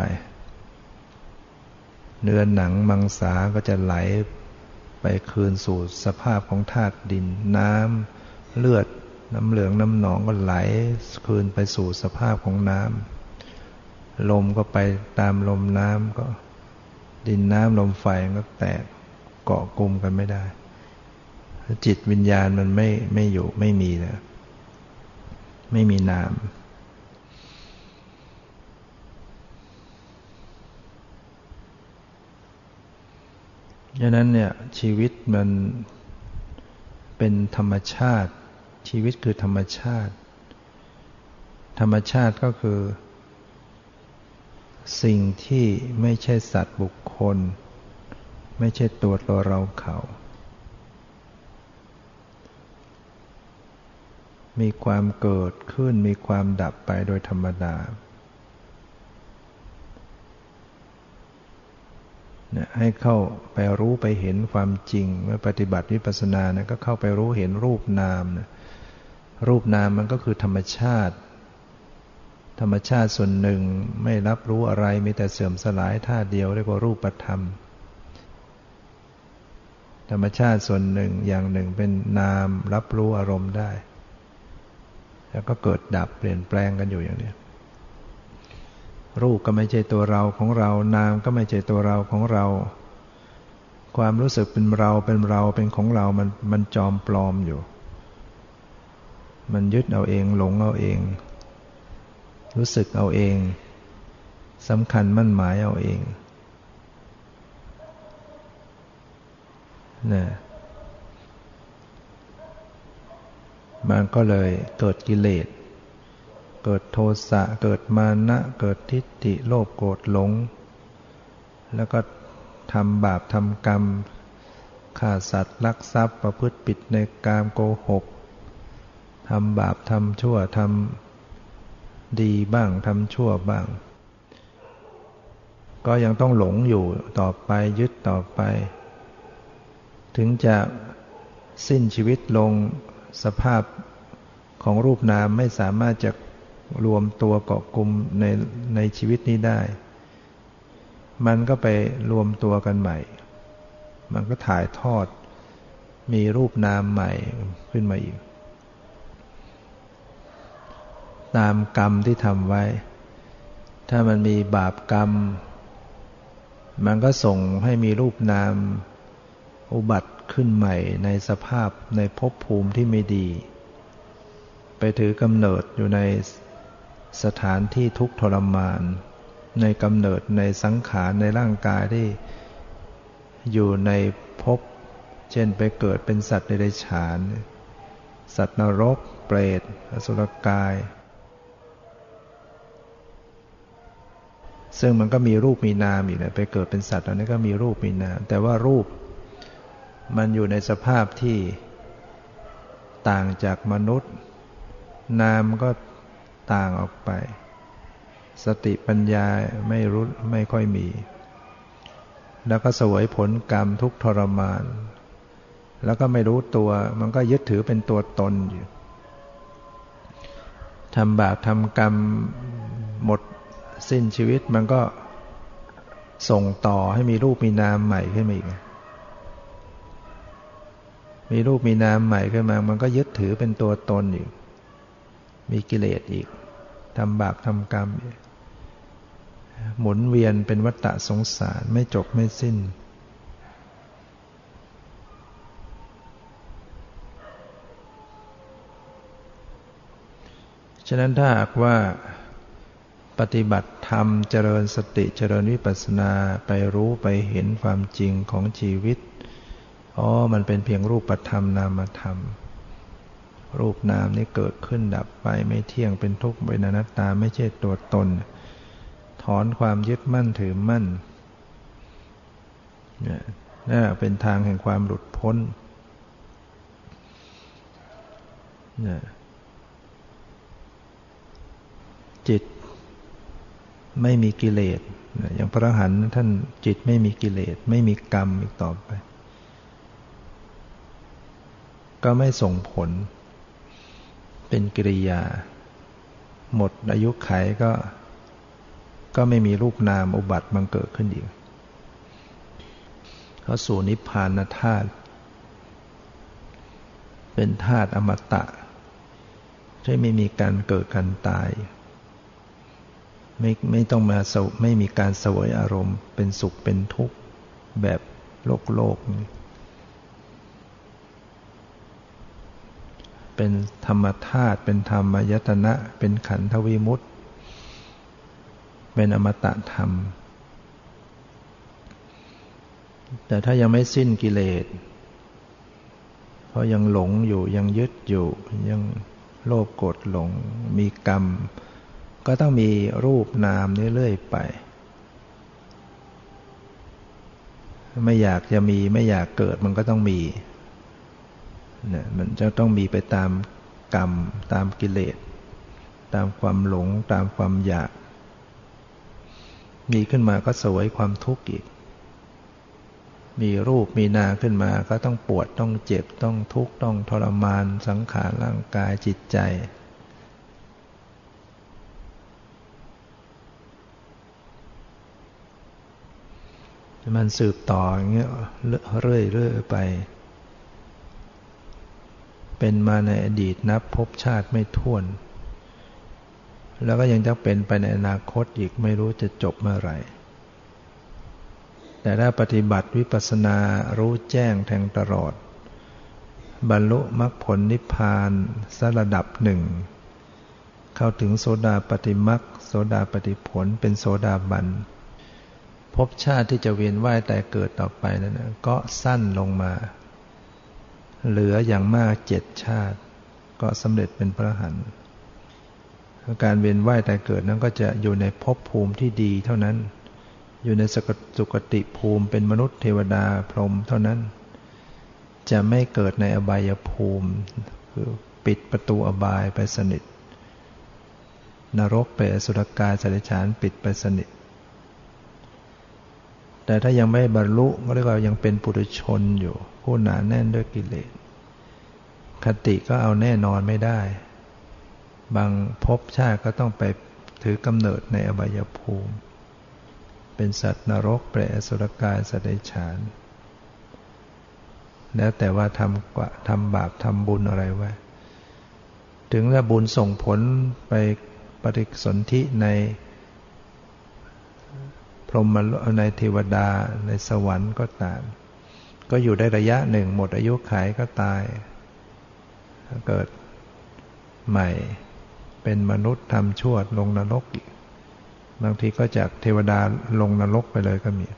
เนื้อหนังมังสาก็จะไหลไปคืนสู่สภาพของธาตุดินน้ำเลือดน้ำเหลืองน้ำหนองก็ไหลคืนไปสู่สภาพของน้ำลมก็ไปตามลมน้ำก็ดินน้ำลมไฟก็แตกเกาะกลุ่มกันไม่ได้จิตวิญญาณมันไม่อยู่ไม่มีแล้วไม่มีนามดังนั้นเนี่ยชีวิตมันเป็นธรรมชาติชีวิตคือธรรมชาติธรรมชาติก็คือสิ่งที่ไม่ใช่สัตว์บุคคลไม่ใช่ตัวเราเขามีความเกิดขึ้นมีความดับไปโดยธรรมดาให้เข้าไปรู้ไปเห็นความจริงเมื่อปฏิบัติวิปัสสนานะก็เข้าไปรู้เห็นรูปนามนะรูปนามมันก็คือธรรมชาติธรรมชาติส่วนหนึ่งไม่รับรู้อะไรมีแต่เสื่อมสลายท่าเดียวเรียกว่ารูปธรรมธรรมชาติส่วนหนึ่งอย่างหนึ่งเป็นนามรับรู้อารมณ์ได้แล้วก็เกิดดับเปลี่ยนแปลงกันอยู่อย่างนี้รูปก็ไม่ใช่ตัวเราของเรานามก็ไม่ใช่ตัวเราของเราความรู้สึกเป็นเราเป็นของเรามันจอมปลอมอยู่มันยึดเอาเองหลงเอาเองรู้สึกเอาเองสำคัญมั่นหมายเอาเองเนี่ยมันก็เลยเกิดกิเลสเกิดโทสะเกิดมานะเกิดทิฏฐิโลภโกรธหลงแล้วก็ทำบาปทำกรรมฆ่าสัตว์ลักทรัพย์ประพฤติผิดในกามโกหกทำบาปทำชั่วทำดีบ้างทำชั่วบ้างก็ยังต้องหลงอยู่ต่อไปยึดต่อไปถึงจะสิ้นชีวิตลงสภาพของรูปนามไม่สามารถจะรวมตัวเกาะกลุ่มในชีวิตนี้ได้มันก็ไปรวมตัวกันใหม่มันก็ถ่ายทอดมีรูปนามใหม่ขึ้นมาอีกตามกรรมที่ทำไว้ถ้ามันมีบาปกรรมมันก็ส่งให้มีรูปนามอุบัติขึ้นใหม่ในสภาพในภพภูมิที่ไม่ดีไปถือกำเนิดอยู่ในสถานที่ทุกข์ทรมานในกำเนิดในสังขารในร่างกายที่อยู่ในภพเช่นไปเกิดเป็นสัตว์เดรัจฉานสัตว์นรกเปรตอสุรกายซึ่งมันก็มีรูปมีนามอยู่นะไปเกิดเป็นสัตว์อันนี้ก็มีรูปมีนามแต่ว่ารูปมันอยู่ในสภาพที่ต่างจากมนุษย์นามก็ต่างออกไปสติปัญญาไม่รู้ไม่ค่อยมีแล้วก็เสวยผลกรรมทุกข์ทรมานแล้วก็ไม่รู้ตัวมันก็ยึดถือเป็นตัวตนอยู่ทำบาปทำกรรมหมดสิ้นชีวิตมันก็ส่งต่อให้มีรูปมีนามใหม่ขึ้นมาอีกมีรูปมีนามใหม่ขึ้นมามันก็ยึดถือเป็นตัวตนอีกมีกิเลสอีกทำบาปทำกรรมอีกหมุนเวียนเป็นวัฏสงสารไม่จบไม่สิ้นฉะนั้นถ้าหากว่าปฏิบัติธรรมเจริญสติเจริญวิปัสสนาไปรู้ไปเห็นความจริงของชีวิตมันเป็นเพียงรูปธรรมนามธรรมรูปนามนี้เกิดขึ้นดับไปไม่เที่ยงเป็นทุกข์เป็นอนัตตาไม่ใช่ตัวตนถอนความยึดมั่นถือมั่นนี่เป็นทางแห่งความหลุดพ้นจิตไม่มีกิเลสอย่างพระอรหันต์ท่านจิตไม่มีกิเลสไม่มีกรรมอีกต่อไปก็ไม่ส่งผลเป็นกิริยาหมดอายุขัยก็ไม่มีรูปนามอุบัติบังเกิดขึ้นอีกเขาสู่นิพพานธาตุเป็นธาตุอมตะที่ไม่มีการเกิดการตายไม่ต้องมาไม่มีการเสวยอารมณ์เป็นสุขเป็นทุกข์แบบโลกเป็นธรรมธาตุเป็นธรรมายตนะเป็นขันธวิมุตติเป็นอมตะธรรมแต่ถ้ายังไม่สิ้นกิเลสเพราะยังหลงอยู่ยังยึดอยู่ยังโลภโกรธหลงมีกรรมก็ต้องมีรูปนามเรื่อยๆไปไม่อยากจะมีไม่อยากเกิดมันก็ต้องมีเนี่ยมันจะต้องมีไปตามกรรมตามกิเลสตามความหลงตามความอยากมีขึ้นมาก็เสวยความทุกข์อีกมีรูปมีนามขึ้นมาก็ต้องปวดต้องเจ็บต้องทุกข์ต้องทรมานสังขารร่างกายจิตใจมันสืบต่ออย่างเงี้ยเรื่อยๆไปเป็นมาในอดีตนับภพชาติไม่ถ้วนแล้วก็ยังจะเป็นไปในอนาคตอีกไม่รู้จะจบเมื่อไหร่แต่ถ้าปฏิบัติวิปัสสนารู้แจ้งแทงตลอดบรรลุมรรคผลนิพพานสักระดับหนึ่งเข้าถึงโสดาปัตติมรรคโสดาปัตติผลเป็นโสดาบันภพชาติที่จะเวียนว่ายตายเกิดต่อไปนั้นก็สั้นลงมาเหลืออย่างมาก7 ชาติก็สำเร็จเป็นพระอรหันต์การเวียนว่ายตายเกิดนั้นก็จะอยู่ในภพภูมิที่ดีเท่านั้นอยู่ในสุคติภูมิเป็นมนุษย์เทวดาพรหมเท่านั้นจะไม่เกิดในอบายภูมิคือปิดประตูอบายไปสนิทนรกเปรตอสุรกายสัตว์เดรัจฉานปิดไปสนิทแต่ถ้ายังไม่บรรลุก็เรียกว่ายังเป็นปุถุชนอยู่ผู้หนาแน่นด้วยกิเลสคติก็เอาแน่นอนไม่ได้บางภพชาติก็ต้องไปถือกำเนิดในอบายภูมิเป็นสัตว์นรกเปรตอสุรกายสัตว์เดรัจฉานแล้วแต่ว่าทำบาปทำบุญอะไรไว้ถึงถ้าบุญส่งผลไปปฏิสนธิในพรหมโลกในเทวดาในสวรรค์ก็ตามก็อยู่ได้ระยะหนึ่งหมดอายุขัยก็ตายเกิดใหม่เป็นมนุษย์ทำชั่วลงนรกอีกบางทีก็จากเทวดาลงนรกไปเลยก็มี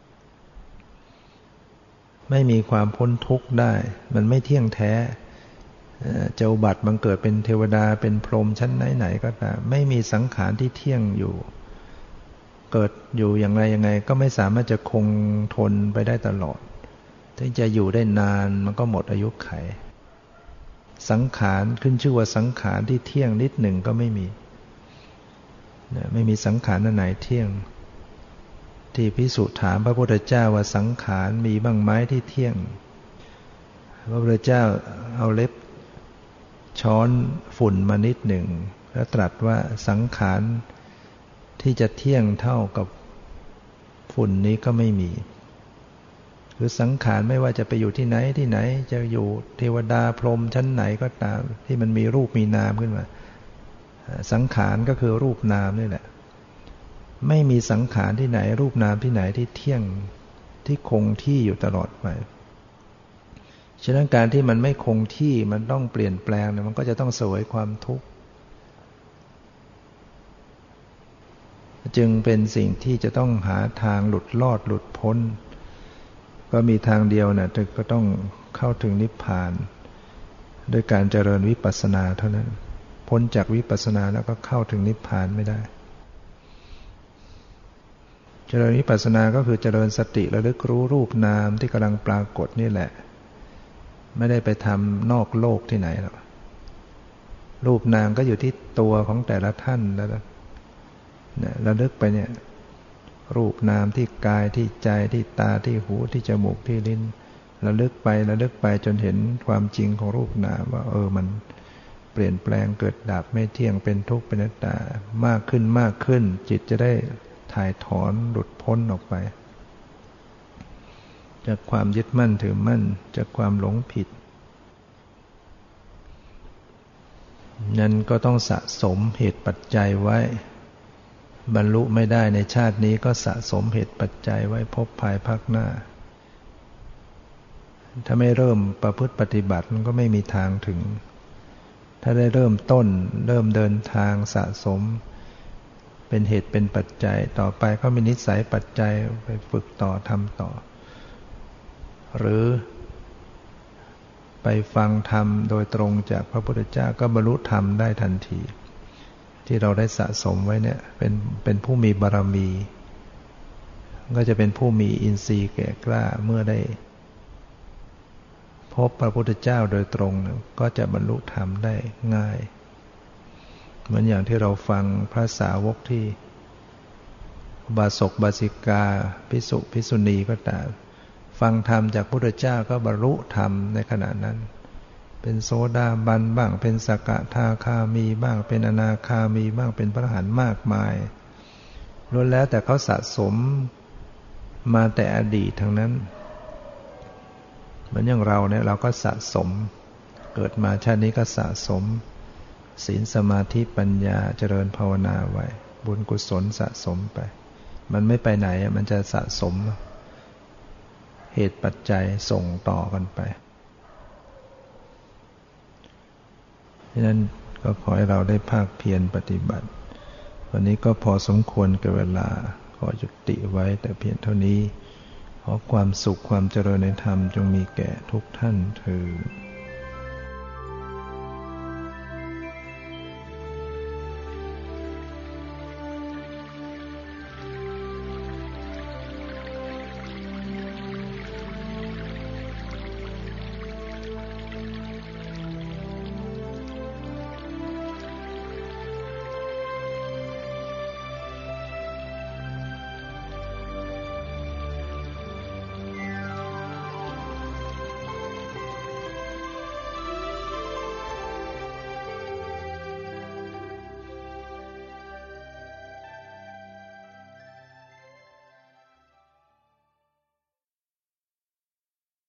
ไม่มีความพ้นทุกข์ได้มันไม่เที่ยงแท้จะอุบัติบังเกิดเป็นเทวดาเป็นพรหมชั้นไหนๆก็ตามไม่มีสังขารที่เที่ยงอยู่เกิดอยู่อย่างไรยังไงก็ไม่สามารถจะคงทนไปได้ตลอดถึงจะอยู่ได้นานมันก็หมดอายุขัยสังขารขึ้นชื่อว่าสังขารที่เที่ยงนิดหนึ่งก็ไม่มีไม่มีสังขารอันไหนเที่ยงที่ภิกษุถามพระพุทธเจ้าว่าสังขารมีบ้างไหมที่เที่ยงพระพุทธเจ้าเอาเล็บช้อนฝุ่นมานิดหนึ่งแล้วตรัสว่าสังขารที่จะเที่ยงเท่ากับฝุ่นนี้ก็ไม่มีคือสังขารไม่ว่าจะไปอยู่ที่ไหนจะอยู่เทวดาพรหมชั้นไหนก็ตามที่มันมีรูปมีนามขึ้นมาสังขารก็คือรูปนามนี่แหละไม่มีสังขารที่ไหนรูปนามที่ไหนที่เที่ยงที่คงที่อยู่ตลอดไปฉะนั้นการที่มันไม่คงที่มันต้องเปลี่ยนแปลงเนี่ยมันก็จะต้องเสวยความทุกข์จึงเป็นสิ่งที่จะต้องหาทางหลุดรอดหลุดพ้นก็มีทางเดียวนะก็ต้องเข้าถึงนิพพานด้วยการเจริญวิปัสสนาเท่านั้นพ้นจากวิปัสสนาแล้วก็เข้าถึงนิพพานไม่ได้เจริญวิปัสสนาก็คือเจริญสติระลึกรู้รูปนามที่กำลังปรากฏนี่แหละไม่ได้ไปทำนอกโลกที่ไหนหรอกรูปนามก็อยู่ที่ตัวของแต่ละท่านแล้วระลึกไปเนี่ยรูปนามที่กายที่ใจที่ตาที่หูที่จมูกที่ลิ้นระลึกไปจนเห็นความจริงของรูปนามว่ามันเปลี่ยนแปลงเกิดดับไม่เที่ยงเป็นทุกข์เป็นอนัตตามากขึ้นจิตจะได้ถ่ายถอนหลุดพ้นออกไปจากความยึดมั่นถือมั่นจากความหลงผิดนั้นก็ต้องสะสมเหตุปัจจัยไว้บรรลุไม่ได้ในชาตินี้ก็สะสมเหตุปัจจัยไว้พบภายภาคหน้าถ้าไม่เริ่มประพฤติปฏิบัติมันก็ไม่มีทางถึงถ้าได้เริ่มต้นเริ่มเดินทางสะสมเป็นเหตุเป็นปัจจัยต่อไปก็มีนิสัยปัจจัยไปฝึกต่อทำต่อหรือไปฟังธรรมโดยตรงจากพระพุทธเจ้าก็บรรลุธรรมได้ทันทีที่เราได้สะสมไว้เนี่ยเป็นผู้มีบารมีก็จะเป็นผู้มีอินทรีย์แก่กล้าเมื่อได้พบพระพุทธเจ้าโดยตรงก็จะบรรลุธรรมได้ง่ายเหมือนอย่างที่เราฟังพระสาวกที่บาศกบาสิกาภิกษุภิกษุณีก็ตามฟังธรรมจากพระพุทธเจ้าก็บรรลุธรรมในขณะนั้นเป็นโสดาบันบ้างเป็นสกทาคามีบ้างเป็นอนาคามีบ้างเป็นพระอรหันต์มากมายล้วนแล้วแต่เขาสะสมมาแต่อดีตทั้งนั้นเหมือนอย่างเราเนี่ยเราก็สะสมเกิดมาชาตินี้ก็สะสมศีลสมาธิปัญญาเจริญภาวนาไว้บุญกุศลสะสมไปมันไม่ไปไหนมันจะสะสมเหตุปัจจัยส่งต่อกันไปฉะนั้นก็ขอให้เราได้ภาคเพียรปฏิบัติวันนี้ก็พอสมควรกับเวลาขอยุติไว้แต่เพียงเท่านี้ขอความสุขความเจริญในธรรมจงมีแก่ทุกท่านเทอญ